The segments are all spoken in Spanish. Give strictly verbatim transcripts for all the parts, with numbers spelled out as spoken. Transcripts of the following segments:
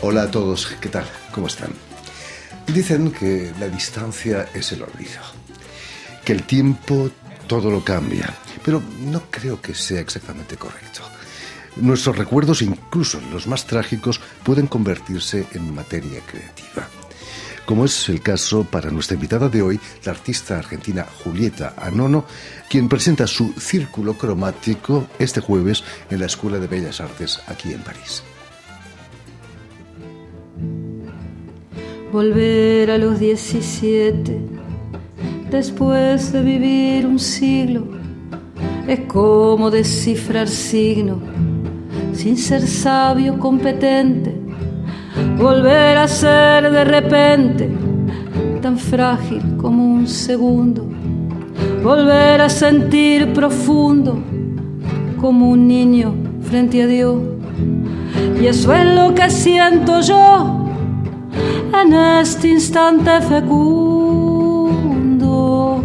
Hola a todos, ¿qué tal? ¿Cómo están? Dicen que la distancia es el olvido, que el tiempo todo lo cambia, pero no creo que sea exactamente correcto. Nuestros recuerdos, incluso los más trágicos, pueden convertirse en materia creativa. Como es el caso para nuestra invitada de hoy, la artista argentina Julieta Anono, quien presenta su Círculo Cromático este jueves en la Escuela de Bellas Artes aquí en París. Volver a los diecisiete, después de vivir un siglo, es como descifrar signos, sin ser sabio competente. Volver a ser de repente tan frágil como un segundo. Volver a sentir profundo como un niño frente a Dios. Y eso es lo que siento yo en este instante fecundo.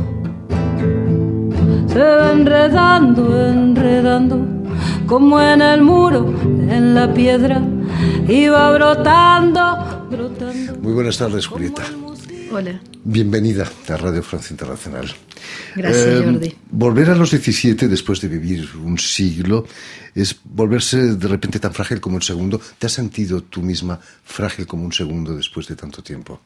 Se va enredando, enredando, como en el muro, en la piedra, y va brotando, brotando. Muy buenas tardes, Julieta. Hola. Bienvenida a Radio Francia Internacional. Gracias, eh, Jordi. Volver a los diecisiete después de vivir un siglo es volverse de repente tan frágil como un segundo. ¿Te has sentido tú misma frágil como un segundo después de tanto tiempo?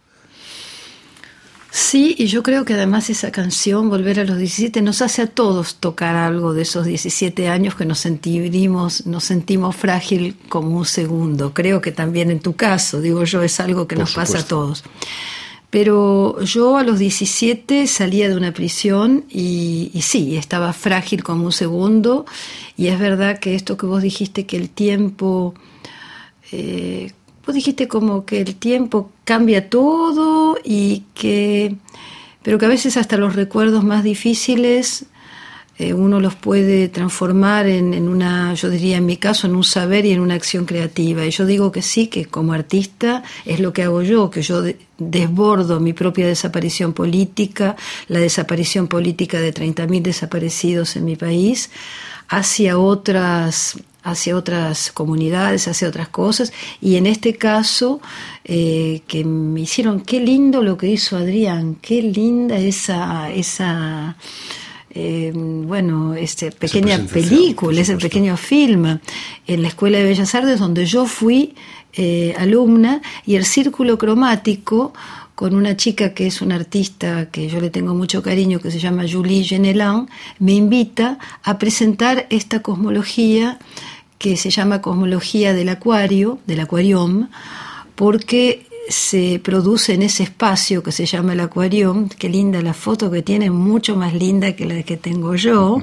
Sí, y yo creo que además esa canción, Volver a los diecisiete, nos hace a todos tocar algo de esos diecisiete años que nos sentimos, nos sentimos frágil como un segundo. Creo que también en tu caso, digo yo, es algo que Por nos supuesto. pasa a todos. Pero yo a los diecisiete salía de una prisión y, y sí, estaba frágil como un segundo, y es verdad que esto que vos dijiste, que el tiempo... Eh, Vos dijiste como que el tiempo cambia todo y que, pero que a veces hasta los recuerdos más difíciles eh, uno los puede transformar en, en una, yo diría en mi caso, en un saber y en una acción creativa. Y yo digo que sí, que como artista es lo que hago yo, que yo de, desbordo mi propia desaparición política, la desaparición política de treinta mil desaparecidos en mi país, hacia otras... hacia otras comunidades, hacia otras cosas, y en este caso eh, que me hicieron, qué lindo lo que hizo Adrián, qué linda esa esa eh, bueno, este pequeña película, ese pequeño film en la Escuela de Bellas Artes donde yo fui eh, alumna, y el Círculo Cromático con una chica que es una artista que yo le tengo mucho cariño, que se llama Julie Genelin, me invita a presentar esta cosmología que se llama Cosmología del Acuario, del Aquarium, porque se produce en ese espacio que se llama el Aquarium. Qué linda la foto que tiene, mucho más linda que la que tengo yo.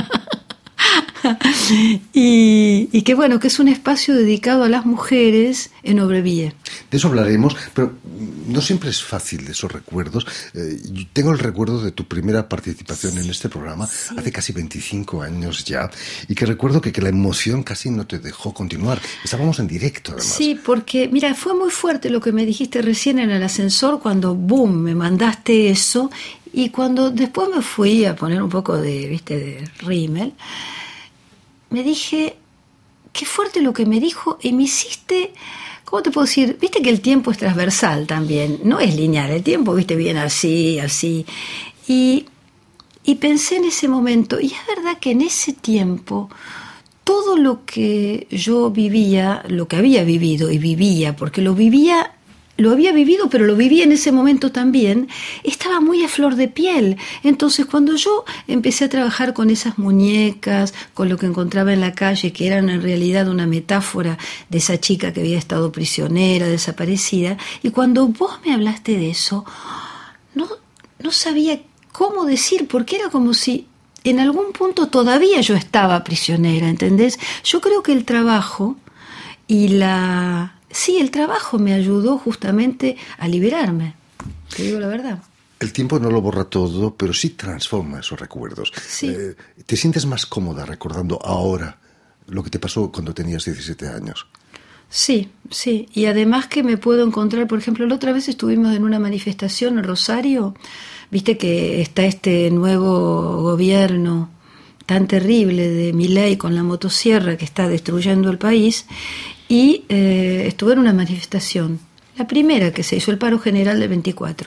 y, y que bueno, que es un espacio dedicado a las mujeres en Aubrevilliers. De eso hablaremos, pero no siempre es fácil esos recuerdos. Eh, yo tengo el recuerdo de tu primera participación en este programa sí. hace casi veinticinco años ya, y que recuerdo que, que la emoción casi no te dejó continuar. Estábamos en directo, además. Sí, porque, mira, fue muy fuerte lo que me dijiste recién en el ascensor cuando, boom, me mandaste eso, y cuando después me fui a poner un poco de, viste, de rímel, me dije, qué fuerte lo que me dijo, y me hiciste, ¿cómo te puedo decir? Viste que el tiempo es transversal también, no es lineal, el tiempo, viste, viene así, así, y, y pensé en ese momento, y es verdad que en ese tiempo, todo lo que yo vivía, lo que había vivido y vivía, porque lo vivía, lo había vivido, pero lo vivía en ese momento también, estaba muy a flor de piel. Entonces, cuando yo empecé a trabajar con esas muñecas, con lo que encontraba en la calle, que eran en realidad una metáfora de esa chica que había estado prisionera, desaparecida, y cuando vos me hablaste de eso, no, no sabía cómo decir, porque era como si en algún punto todavía yo estaba prisionera, ¿entendés? Yo creo que el trabajo y la... Sí, el trabajo me ayudó justamente a liberarme, te digo la verdad. El tiempo no lo borra todo, pero sí transforma esos recuerdos. Sí. Eh, ¿Te sientes más cómoda recordando ahora lo que te pasó cuando tenías diecisiete años? Sí, sí. Y además que me puedo encontrar, por ejemplo, la otra vez estuvimos en una manifestación en Rosario, viste que está este nuevo gobierno tan terrible de Milei con la motosierra que está destruyendo el país, y eh, estuve en una manifestación, la primera que se hizo, el paro general del veinticuatro,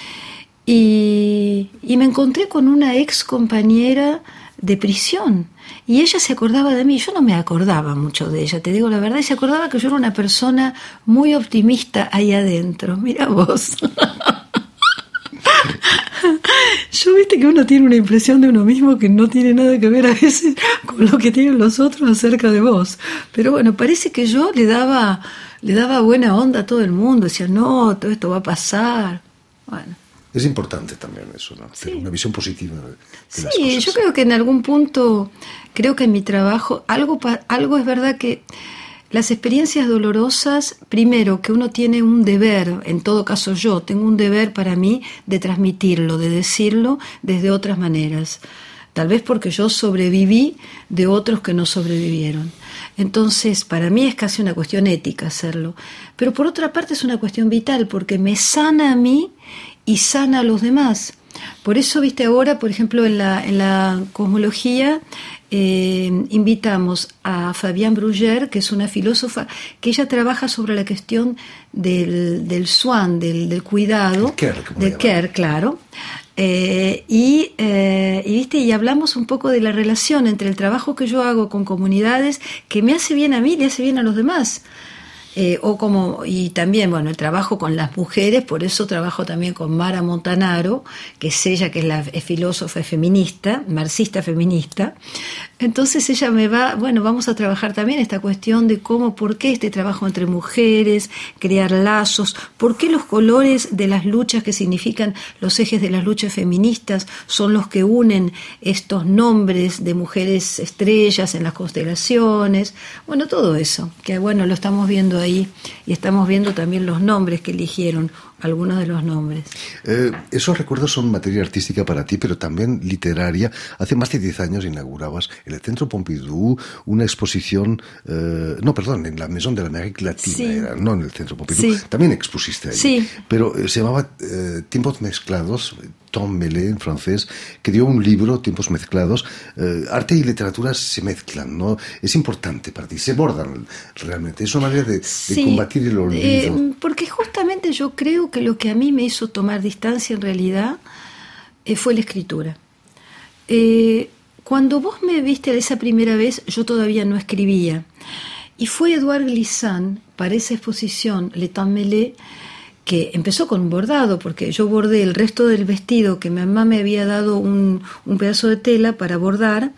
y, y me encontré con una ex compañera de prisión, y ella se acordaba de mí. Yo no me acordaba mucho de ella, te digo la verdad, y se acordaba que yo era una persona muy optimista ahí adentro. Mira vos. Yo, viste que uno tiene una impresión de uno mismo que no tiene nada que ver a veces con lo que tienen los otros acerca de vos. Pero bueno, parece que yo le daba, le daba buena onda a todo el mundo. Decía, no, todo esto va a pasar. Bueno. Es importante también eso, ¿no? Tener sí. una visión positiva de, de sí, las cosas. Sí, yo creo que en algún punto, creo que en mi trabajo, algo, algo es verdad que las experiencias dolorosas, primero, que uno tiene un deber, en todo caso yo, tengo un deber para mí de transmitirlo, de decirlo desde otras maneras. Tal vez porque yo sobreviví de otros que no sobrevivieron. Entonces, para mí es casi una cuestión ética hacerlo. Pero por otra parte es una cuestión vital, porque me sana a mí y sana a los demás. Por eso, viste, ahora, por ejemplo, en la, en la cosmología, eh, invitamos a Fabienne Brugère, que es una filósofa, que ella trabaja sobre la cuestión del, del soin, del, del cuidado, care, del care, claro. Eh, y, eh, y, ¿viste? y hablamos un poco de la relación entre el trabajo que yo hago con comunidades, que me hace bien a mí y le hace bien a los demás. Eh, o como, y también, bueno, el trabajo con las mujeres, por eso trabajo también con Mara Montanaro, que es ella, que es la es filósofa feminista, marxista feminista. Entonces ella me va, bueno, vamos a trabajar también esta cuestión de cómo, por qué este trabajo entre mujeres, crear lazos, por qué los colores de las luchas que significan los ejes de las luchas feministas son los que unen estos nombres de mujeres estrellas en las constelaciones, bueno, todo eso, que bueno, lo estamos viendo ahí. Ahí, y estamos viendo también los nombres que eligieron, algunos de los nombres. Eh, esos recuerdos son materia artística para ti, pero también literaria. Hace más de diez años inaugurabas en el Centro Pompidou una exposición, eh, no, perdón, en la Maison de l'Amérique Latina, sí. era, no en el Centro Pompidou, sí. también expusiste ahí, sí. pero eh, se llamaba eh, Tiempos Mezclados, Temps Mêlés en francés, que dio un libro, Tiempos Mezclados. Eh, arte y literatura se mezclan, ¿no? Es importante para ti, se bordan realmente, es una manera de, sí. de combatir el olvido. Eh, porque justamente yo creo que lo que a mí me hizo tomar distancia en realidad eh, fue la escritura. Eh, cuando vos me viste esa primera vez, yo todavía no escribía. Y fue Edouard Glissant, para esa exposición, Le Temps Mêlé, que empezó con un bordado, porque yo bordé el resto del vestido, que mi mamá me había dado un, un pedazo de tela para bordar,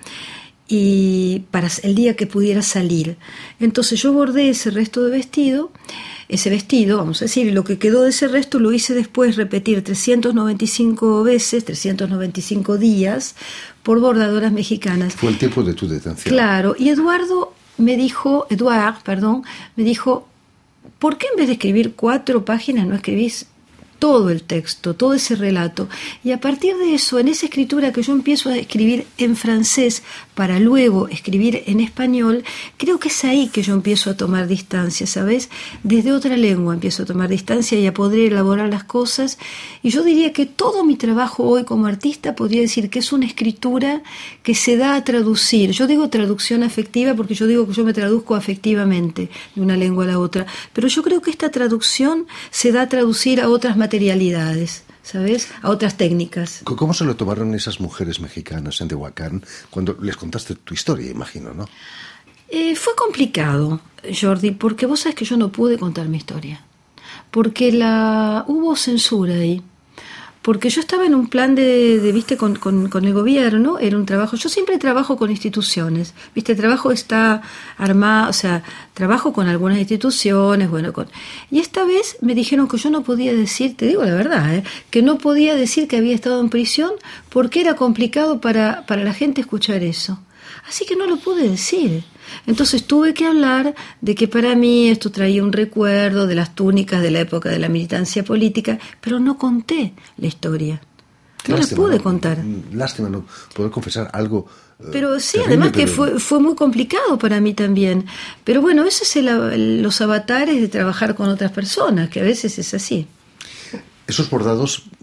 y para el día que pudiera salir. Entonces yo bordé ese resto de vestido, ese vestido, vamos a decir, y lo que quedó de ese resto lo hice después repetir trescientas noventa y cinco veces, trescientos noventa y cinco días, por bordadoras mexicanas. Fue el tiempo de tu detención. Claro, y Eduardo me dijo, Eduard, perdón, me dijo, ¿por qué en vez de escribir cuatro páginas no escribís todo el texto, todo ese relato? Y a partir de eso, en esa escritura que yo empiezo a escribir en francés para luego escribir en español, creo que es ahí que yo empiezo a tomar distancia, ¿sabes? Desde otra lengua empiezo a tomar distancia y a poder elaborar las cosas. Y yo diría que todo mi trabajo hoy como artista podría decir que es una escritura que se da a traducir. Yo digo traducción afectiva porque yo digo que yo me traduzco afectivamente de una lengua a la otra, pero yo creo que esta traducción se da a traducir a otras materialidades, ¿sabes? A otras técnicas. ¿Cómo se lo tomaron esas mujeres mexicanas en Tehuacán cuando les contaste tu historia, imagino, no? Eh, fue complicado, Jordi, porque vos sabés que yo no pude contar mi historia, porque la hubo censura ahí. Porque yo estaba en un plan de, de viste, con, con, con el gobierno, era un trabajo, yo siempre trabajo con instituciones, viste, el trabajo está armado, o sea, trabajo con algunas instituciones, bueno, con... y esta vez me dijeron que yo no podía decir, te digo la verdad, ¿eh? que no podía decir que había estado en prisión porque era complicado para, para la gente escuchar eso. Así que no lo pude decir. Entonces tuve que hablar de que para mí esto traía un recuerdo de las túnicas de la época de la militancia política, pero no conté la historia. No la pude no, contar. Lástima no poder confesar algo. Pero sí, terrible, además que pero... fue, fue muy complicado para mí también. Pero bueno, eso es el, los avatares de trabajar con otras personas, que a veces es así. Esos bordados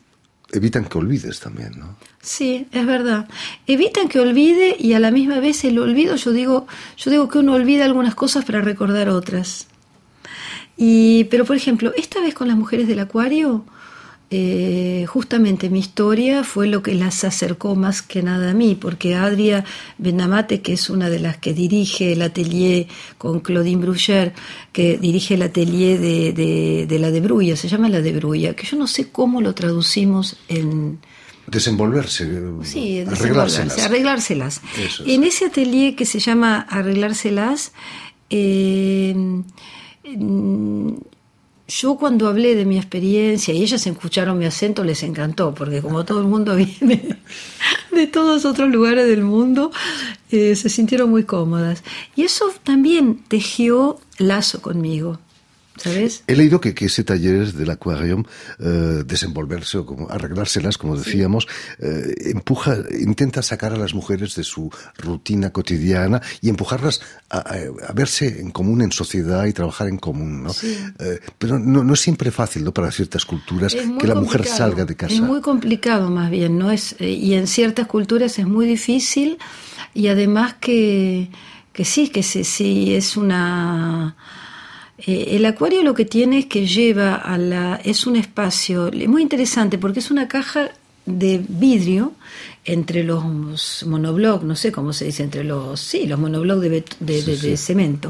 evitan que olvides también, ¿no? Sí, es verdad. Evitan que olvide y a la misma vez el olvido, yo digo, yo digo que uno olvida algunas cosas para recordar otras. Y, pero por ejemplo, esta vez con las mujeres del Acuario, eh, justamente mi historia fue lo que las acercó más que nada a mí, porque Adria Benamate, que es una de las que dirige el atelier con Claudine Bruguer, que dirige el atelier de, de, de la de Brulla, se llama la de Brulla, que yo no sé cómo lo traducimos en... Desenvolverse, sí, arreglárselas. arreglárselas. Eso es. En ese atelier que se llama Arreglárselas, eh, yo cuando hablé de mi experiencia y ellas escucharon mi acento les encantó, porque como todo el mundo viene de todos otros lugares del mundo, eh, se sintieron muy cómodas. Y eso también tejió lazo conmigo. ¿Sabes? He leído que, que ese taller es del Aquarium, eh, desenvolverse o como arreglárselas, como decíamos, sí. eh, empuja, intenta sacar a las mujeres de su rutina cotidiana y empujarlas a, a, a verse en común, en sociedad y trabajar en común, ¿no? Sí. Eh, pero no, no es siempre fácil, ¿no? Para ciertas culturas que la mujer salga de casa. Es muy complicado, más bien, ¿no? Es, eh, y en ciertas culturas es muy difícil y además que, que sí, que sí, sí es una... Eh, el Acuario lo que tiene es que lleva a la... es un espacio muy interesante porque es una caja de vidrio entre los monoblocks, no sé cómo se dice, entre los... sí, los monoblocks de, bet- de, sí, de, sí. de cemento.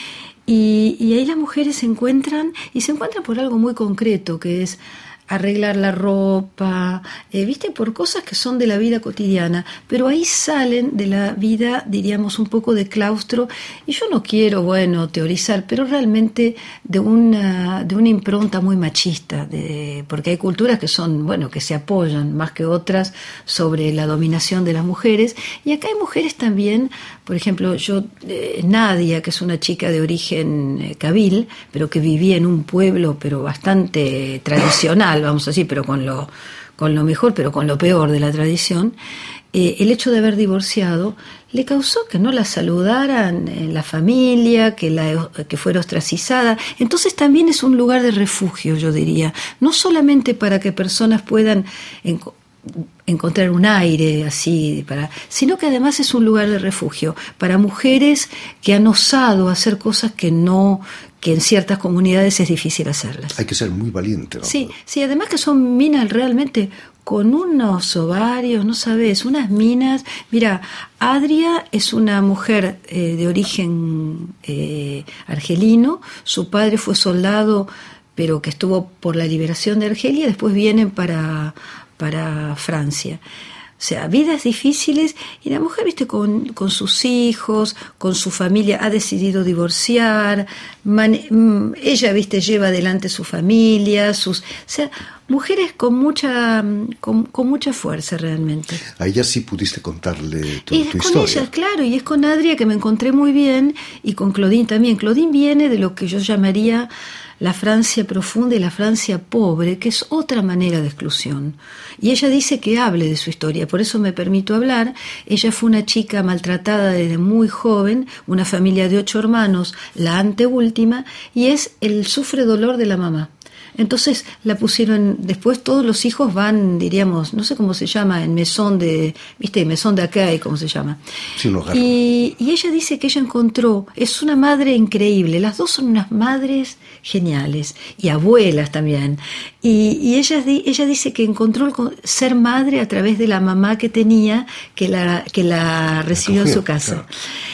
Y, y ahí las mujeres se encuentran, y se encuentran por algo muy concreto, que es arreglar la ropa, eh, viste, por cosas que son de la vida cotidiana, pero ahí salen de la vida, diríamos, un poco de claustro, y yo no quiero, bueno, teorizar, pero realmente de una, de una impronta muy machista, de, porque hay culturas que son, bueno, que se apoyan más que otras sobre la dominación de las mujeres, y acá hay mujeres también, por ejemplo, yo, eh, Nadia, que es una chica de origen eh, kabil, pero que vivía en un pueblo, pero bastante tradicional, vamos a decir, pero con lo, con lo mejor, pero con lo peor de la tradición, eh, el hecho de haber divorciado le causó que no la saludaran en la familia, que, la, que fuera ostracizada. Entonces también es un lugar de refugio, yo diría, no solamente para que personas puedan en, encontrar un aire así, para, sino que además es un lugar de refugio para mujeres que han osado hacer cosas que no, que en ciertas comunidades es difícil hacerlas. Hay que ser muy valiente, ¿no? Sí, sí, además que son minas realmente con unos ovarios, no sabes, unas minas. Mira, Adria es una mujer eh, de origen eh, argelino, su padre fue soldado, pero que estuvo por la liberación de Argelia, después vienen para... para Francia. O sea, vidas difíciles, y la mujer, viste, con, con sus hijos, con su familia, ha decidido divorciar, man, ella, viste, lleva adelante su familia, sus, o sea, mujeres con mucha, con, con mucha fuerza realmente. A ella sí pudiste contarle tu, y es tu con historia. ella, claro, y es con Adria que me encontré muy bien, y con Claudine también. Claudine viene de lo que yo llamaría la Francia profunda y la Francia pobre, que es otra manera de exclusión. Y ella dice que hable de su historia, por eso me permito hablar. Ella fue una chica maltratada desde muy joven, una familia de ocho hermanos, la anteúltima, y es el sufre dolor de la mamá. Entonces la pusieron, después todos los hijos van, diríamos, no sé cómo se llama, en mesón de, viste, mesón de acá y cómo se llama. Sí, un hogar. Y, y ella dice que ella encontró, es una madre increíble, las dos son unas madres geniales y abuelas también. Y, y ella, ella dice que encontró el ser madre a través de la mamá que tenía, que la, que la recibió en su casa. Claro.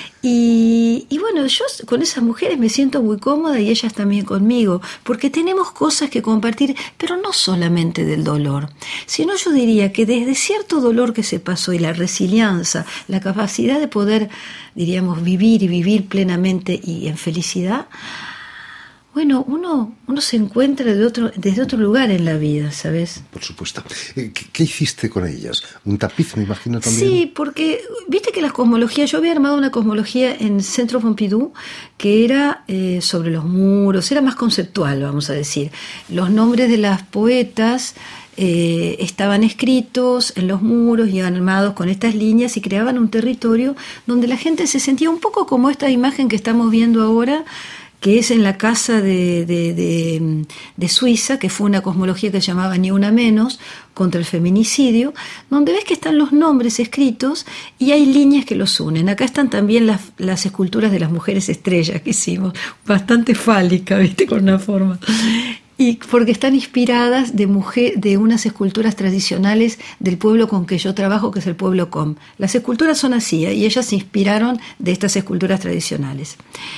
Y, y bueno, yo con esas mujeres me siento muy cómoda y ellas también conmigo, porque tenemos cosas que compartir, pero no solamente del dolor, sino yo diría que desde cierto dolor que se pasó y la resiliencia, la capacidad de poder, diríamos, vivir y vivir plenamente y en felicidad, bueno, uno, uno se encuentra de otro, desde otro lugar en la vida, ¿sabes? Por supuesto. ¿Qué, qué hiciste con ellas? ¿Un tapiz, me imagino, también? Sí, porque viste que las cosmologías, yo había armado una cosmología en Centro Pompidou que era eh, sobre los muros, era más conceptual, vamos a decir. Los nombres de las poetas eh, estaban escritos en los muros y armados con estas líneas y creaban un territorio donde la gente se sentía un poco como esta imagen que estamos viendo ahora, que es en la casa de, de, de, de Suiza, que fue una cosmología que se llamaba Ni Una Menos, contra el feminicidio, donde ves que están los nombres escritos y hay líneas que los unen. Acá están también las, las esculturas de las mujeres estrellas que hicimos, bastante fálica, ¿viste? Con una forma. Y porque están inspiradas de, mujer, de unas esculturas tradicionales del pueblo con que yo trabajo, que es el pueblo Com. Las esculturas son así, ¿eh? Y ellas se inspiraron de estas esculturas tradicionales.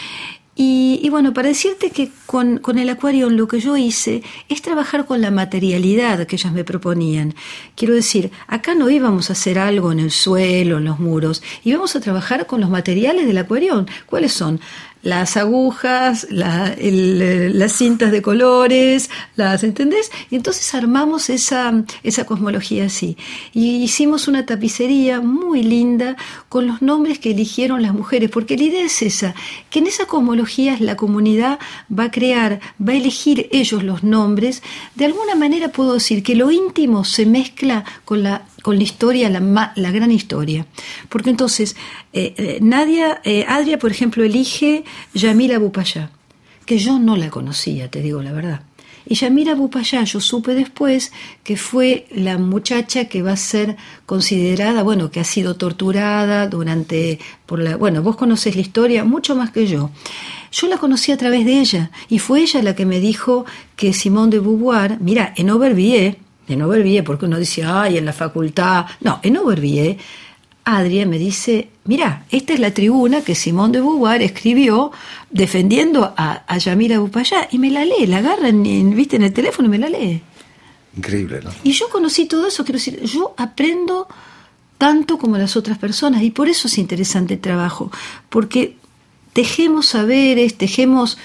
Y, y bueno, para decirte que con, con el Aquarión lo que yo hice es trabajar con la materialidad que ellas me proponían. Quiero decir, acá no íbamos a hacer algo en el suelo, en los muros, íbamos a trabajar con los materiales del Aquarión. ¿Cuáles son? Las agujas, la, el, las cintas de colores, las, ¿entendés? Y entonces armamos esa, esa cosmología así. Y hicimos una tapicería muy linda con los nombres que eligieron las mujeres, porque la idea es esa, que en esa cosmología la comunidad va a crear, va a elegir ellos los nombres. De alguna manera puedo decir que lo íntimo se mezcla con la con la historia, la, la gran historia. Porque entonces, eh, eh, Nadia, eh, Adria, por ejemplo, elige Yamila Bupayá, que yo no la conocía, te digo la verdad. Y Yamila Bupayá, yo supe después que fue la muchacha que va a ser considerada, bueno, que ha sido torturada durante, por la, bueno, vos conocés la historia mucho más que yo. Yo la conocí a través de ella, y fue ella la que me dijo que Simone de Beauvoir, mira, en Aubervilliers, en Aubervilliers, porque uno dice, ay, en la facultad. No, en Aubervilliers, Adria me dice, mira, esta es la tribuna que Simone de Beauvoir escribió defendiendo a, a Yamila Bupayá, y me la lee, la agarra, en, en, viste, en el teléfono y me la lee. Increíble, ¿no? Y yo conocí todo eso, quiero decir, yo aprendo tanto como las otras personas, y por eso es interesante el trabajo, porque tejemos saberes, tejemos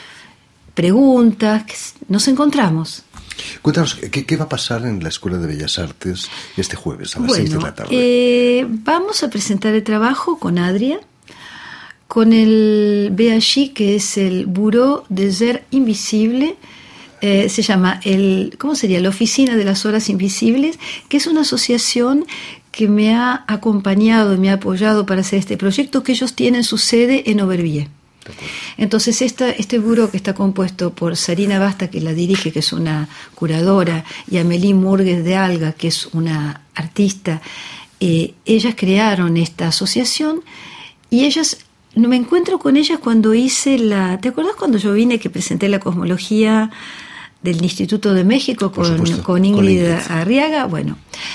preguntas, nos encontramos. Cuéntanos, ¿qué, ¿qué va a pasar en la Escuela de Bellas Artes este jueves a las bueno, seis de la tarde? Eh, vamos a presentar el trabajo con Adria, con el B H I, que es el Bureau des Heures Invisibles, eh, se llama, el, ¿cómo sería? La Oficina de las Horas Invisibles, que es una asociación que me ha acompañado y me ha apoyado para hacer este proyecto, que ellos tienen su sede en Aubervilliers. Entonces esta, este buró, que está compuesto por Sarina Basta, que la dirige, que es una curadora, y Amélie Murgues de Alga, que es una artista, eh, ellas crearon esta asociación, y ellas, me encuentro con ellas cuando hice la... ¿Te acuerdas cuando yo vine que presenté la cosmología del Instituto de México con, con Ingrid, con Ingrid Arriaga? Bueno...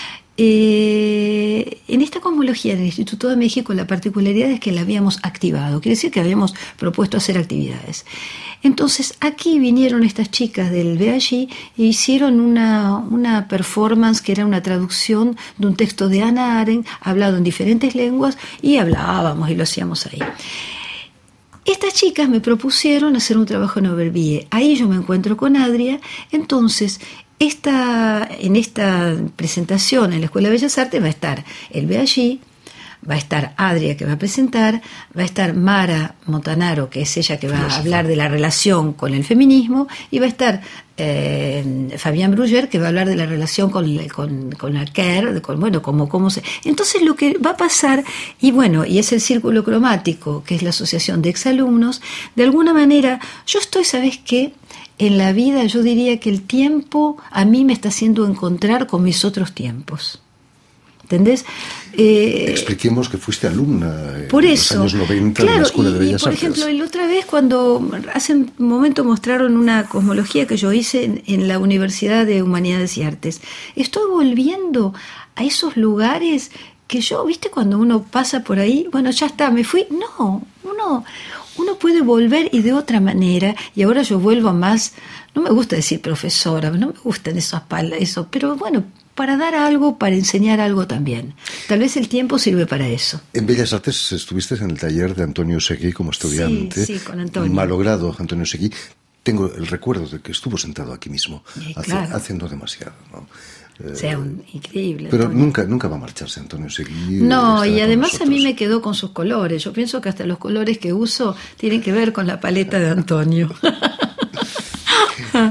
Eh, en esta cosmología del Instituto de México la particularidad es que la habíamos activado, quiere decir que habíamos propuesto hacer actividades. Entonces aquí vinieron estas chicas del B H I e hicieron una, una performance que era una traducción de un texto de Hannah Arendt hablado en diferentes lenguas, y hablábamos y lo hacíamos ahí. Estas chicas me propusieron hacer un trabajo en Aubervilliers, ahí yo me encuentro con Adria. Entonces Esta, en esta presentación en la Escuela de Bellas Artes va a estar el B H I, va a estar Adria, que va a presentar, va a estar Mara Montanaro, que es ella que va a hablar de la relación con el feminismo, y va a estar eh, Fabián Brugger, que va a hablar de la relación con, con, con la care, con, bueno, como, cómo se... Entonces lo que va a pasar, y bueno, y es el Círculo Cromático, que es la asociación de exalumnos, de alguna manera, yo estoy, ¿sabes qué?, en la vida yo diría que el tiempo a mí me está haciendo encontrar con mis otros tiempos. ¿Entendés? Eh, Expliquemos que fuiste alumna por en eso, los años noventa claro, de la Escuela y, de Bellas y por Artes. ejemplo, la otra vez cuando hace un momento mostraron una cosmología que yo hice en, en la Universidad de Humanidades y Artes, estoy volviendo a esos lugares que yo, viste, cuando uno pasa por ahí, bueno, ya está, me fui. No, uno... Uno puede volver y de otra manera, y ahora yo vuelvo más, no me gusta decir profesora, no me gustan esas palabras, eso, pero bueno, para dar algo, para enseñar algo también. Tal vez el tiempo sirve para eso. En Bellas Artes estuviste en el taller de Antonio Seguí como estudiante. Sí, sí, con Antonio. Malogrado Antonio Seguí. Tengo el recuerdo de que estuvo sentado aquí mismo, sí, hace, claro. hace no demasiado, ¿no? O sea, un increíble. Pero Antonio. nunca nunca va a marcharse Antonio Seguí. No, y además a mí me quedó con sus colores. Yo pienso que hasta los colores que uso tienen que ver con la paleta de Antonio. En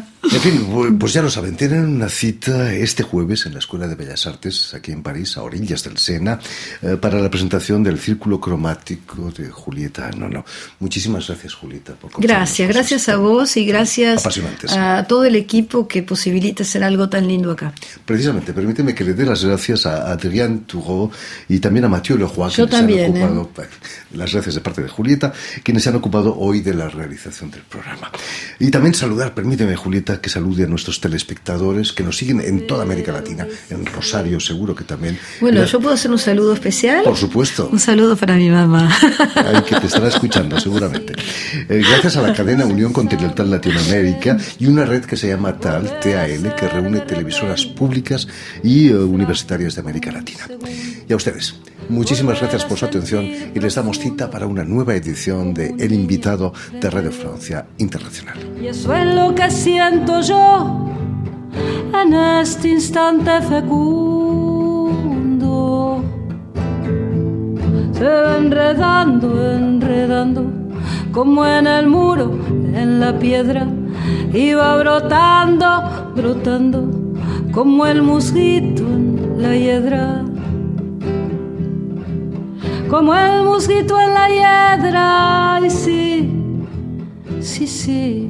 fin, pues ya lo saben, tienen una cita este jueves en la Escuela de Bellas Artes, aquí en París, a orillas del Sena, eh, para la presentación del Círculo Cromático de Julieta Nono. Muchísimas gracias, Julieta, por Gracias, gracias a vos y gracias a todo el equipo que posibilita hacer algo tan lindo acá. Precisamente, permíteme que le dé las gracias a Adrien Toureau y también a Mathieu Leroy, Yo quienes también, se han ocupado, ¿eh? las gracias de parte de Julieta, quienes se han ocupado hoy de la realización del programa. Y también saludar, permíteme, Julieta, que salude a nuestros telespectadores que nos siguen en toda América Latina, en Rosario seguro que también. Bueno, Era... ¿yo puedo hacer un saludo especial? Por supuesto. Un saludo para mi mamá. Ay, que te estará escuchando seguramente. Eh, gracias a la cadena Unión Continental Latinoamérica y una red que se llama T A L, T A L, que reúne televisoras públicas y uh, universitarias de América Latina. Y a ustedes, muchísimas gracias por su atención y les damos cita para una nueva edición de El Invitado de Radio Francia Internacional. Y eso es lo que siento yo en este instante fecundo. Se va enredando, enredando, como en el muro, en la piedra, y va brotando, brotando, como el musguito en la hiedra. Como el musguito en la hiedra, y sí, sí, sí.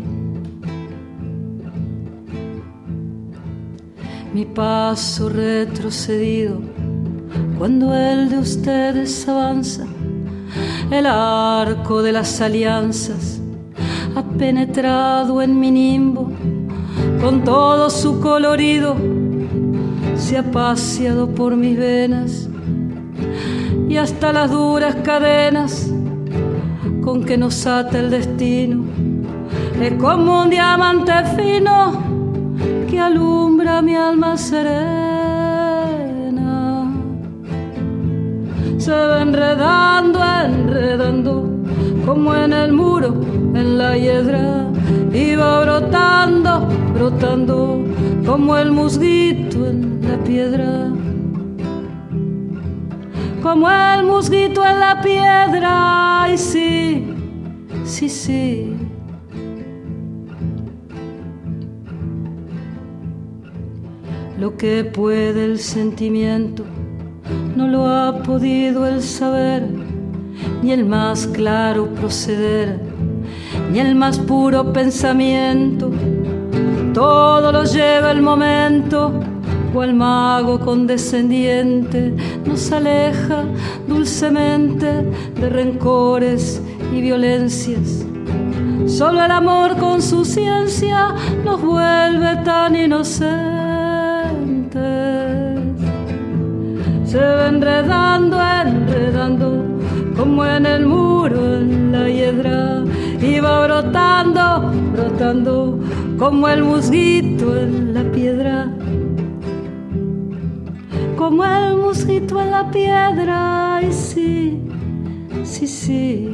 Mi paso retrocedido cuando el de ustedes avanza, el arco de las alianzas ha penetrado en mi nimbo con todo su colorido, se ha paseado por mis venas y hasta las duras cadenas con que nos ata el destino es como un diamante fino que alumbra mi alma serena. Se va enredando, enredando, como en el muro, en la hiedra, y va brotando, brotando, como el musguito en la piedra. Como el musguito en la piedra, y sí, sí, sí. Lo que puede el sentimiento no lo ha podido el saber, ni el más claro proceder, ni el más puro pensamiento. Todo lo lleva el momento, cual mago condescendiente nos aleja dulcemente de rencores y violencias. Solo el amor con su ciencia nos vuelve tan inocentes. Se va enredando, enredando, como en el muro, en la hiedra, y va brotando, brotando, como el musguito en la piedra. Como el musguito en la piedra, y sí, sí, sí.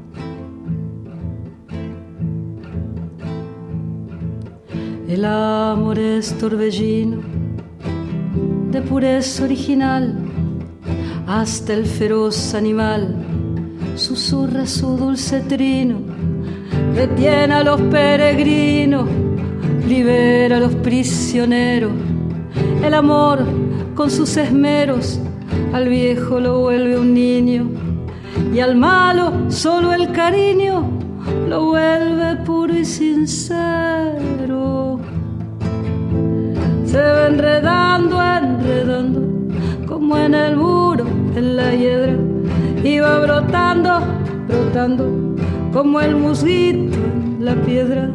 El amor es torbellino de pureza original, hasta el feroz animal susurra su dulce trino, detiene a los peregrinos, libera a los prisioneros. El amor con sus esmeros al viejo lo vuelve un niño, y al malo solo el cariño lo vuelve puro y sincero. Se va enredando, enredando, como en el muro, en la hiedra, y va brotando, brotando, como el musguito en la piedra.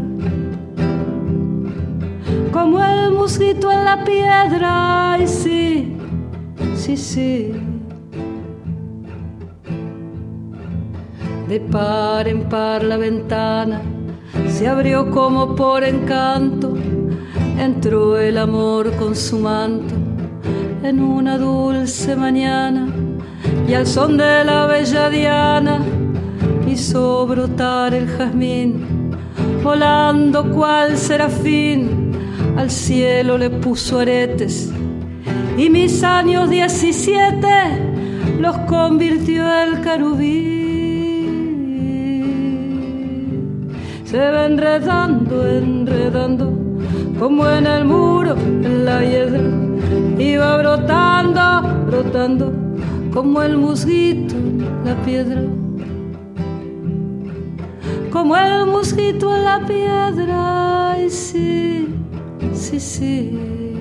Como el musguito en la piedra, y sí, sí, sí. De par en par la ventana se abrió como por encanto, entró el amor con su manto en una dulce mañana, y al son de la bella diana hizo brotar el jazmín, volando cual serafín al cielo le puso aretes, y mis años diecisiete los convirtió el carubín. Se va enredando, enredando, como en el muro, en la hiedra, iba brotando, brotando, como el musguito en la piedra, como el musguito en la piedra, y sí, sí, sí.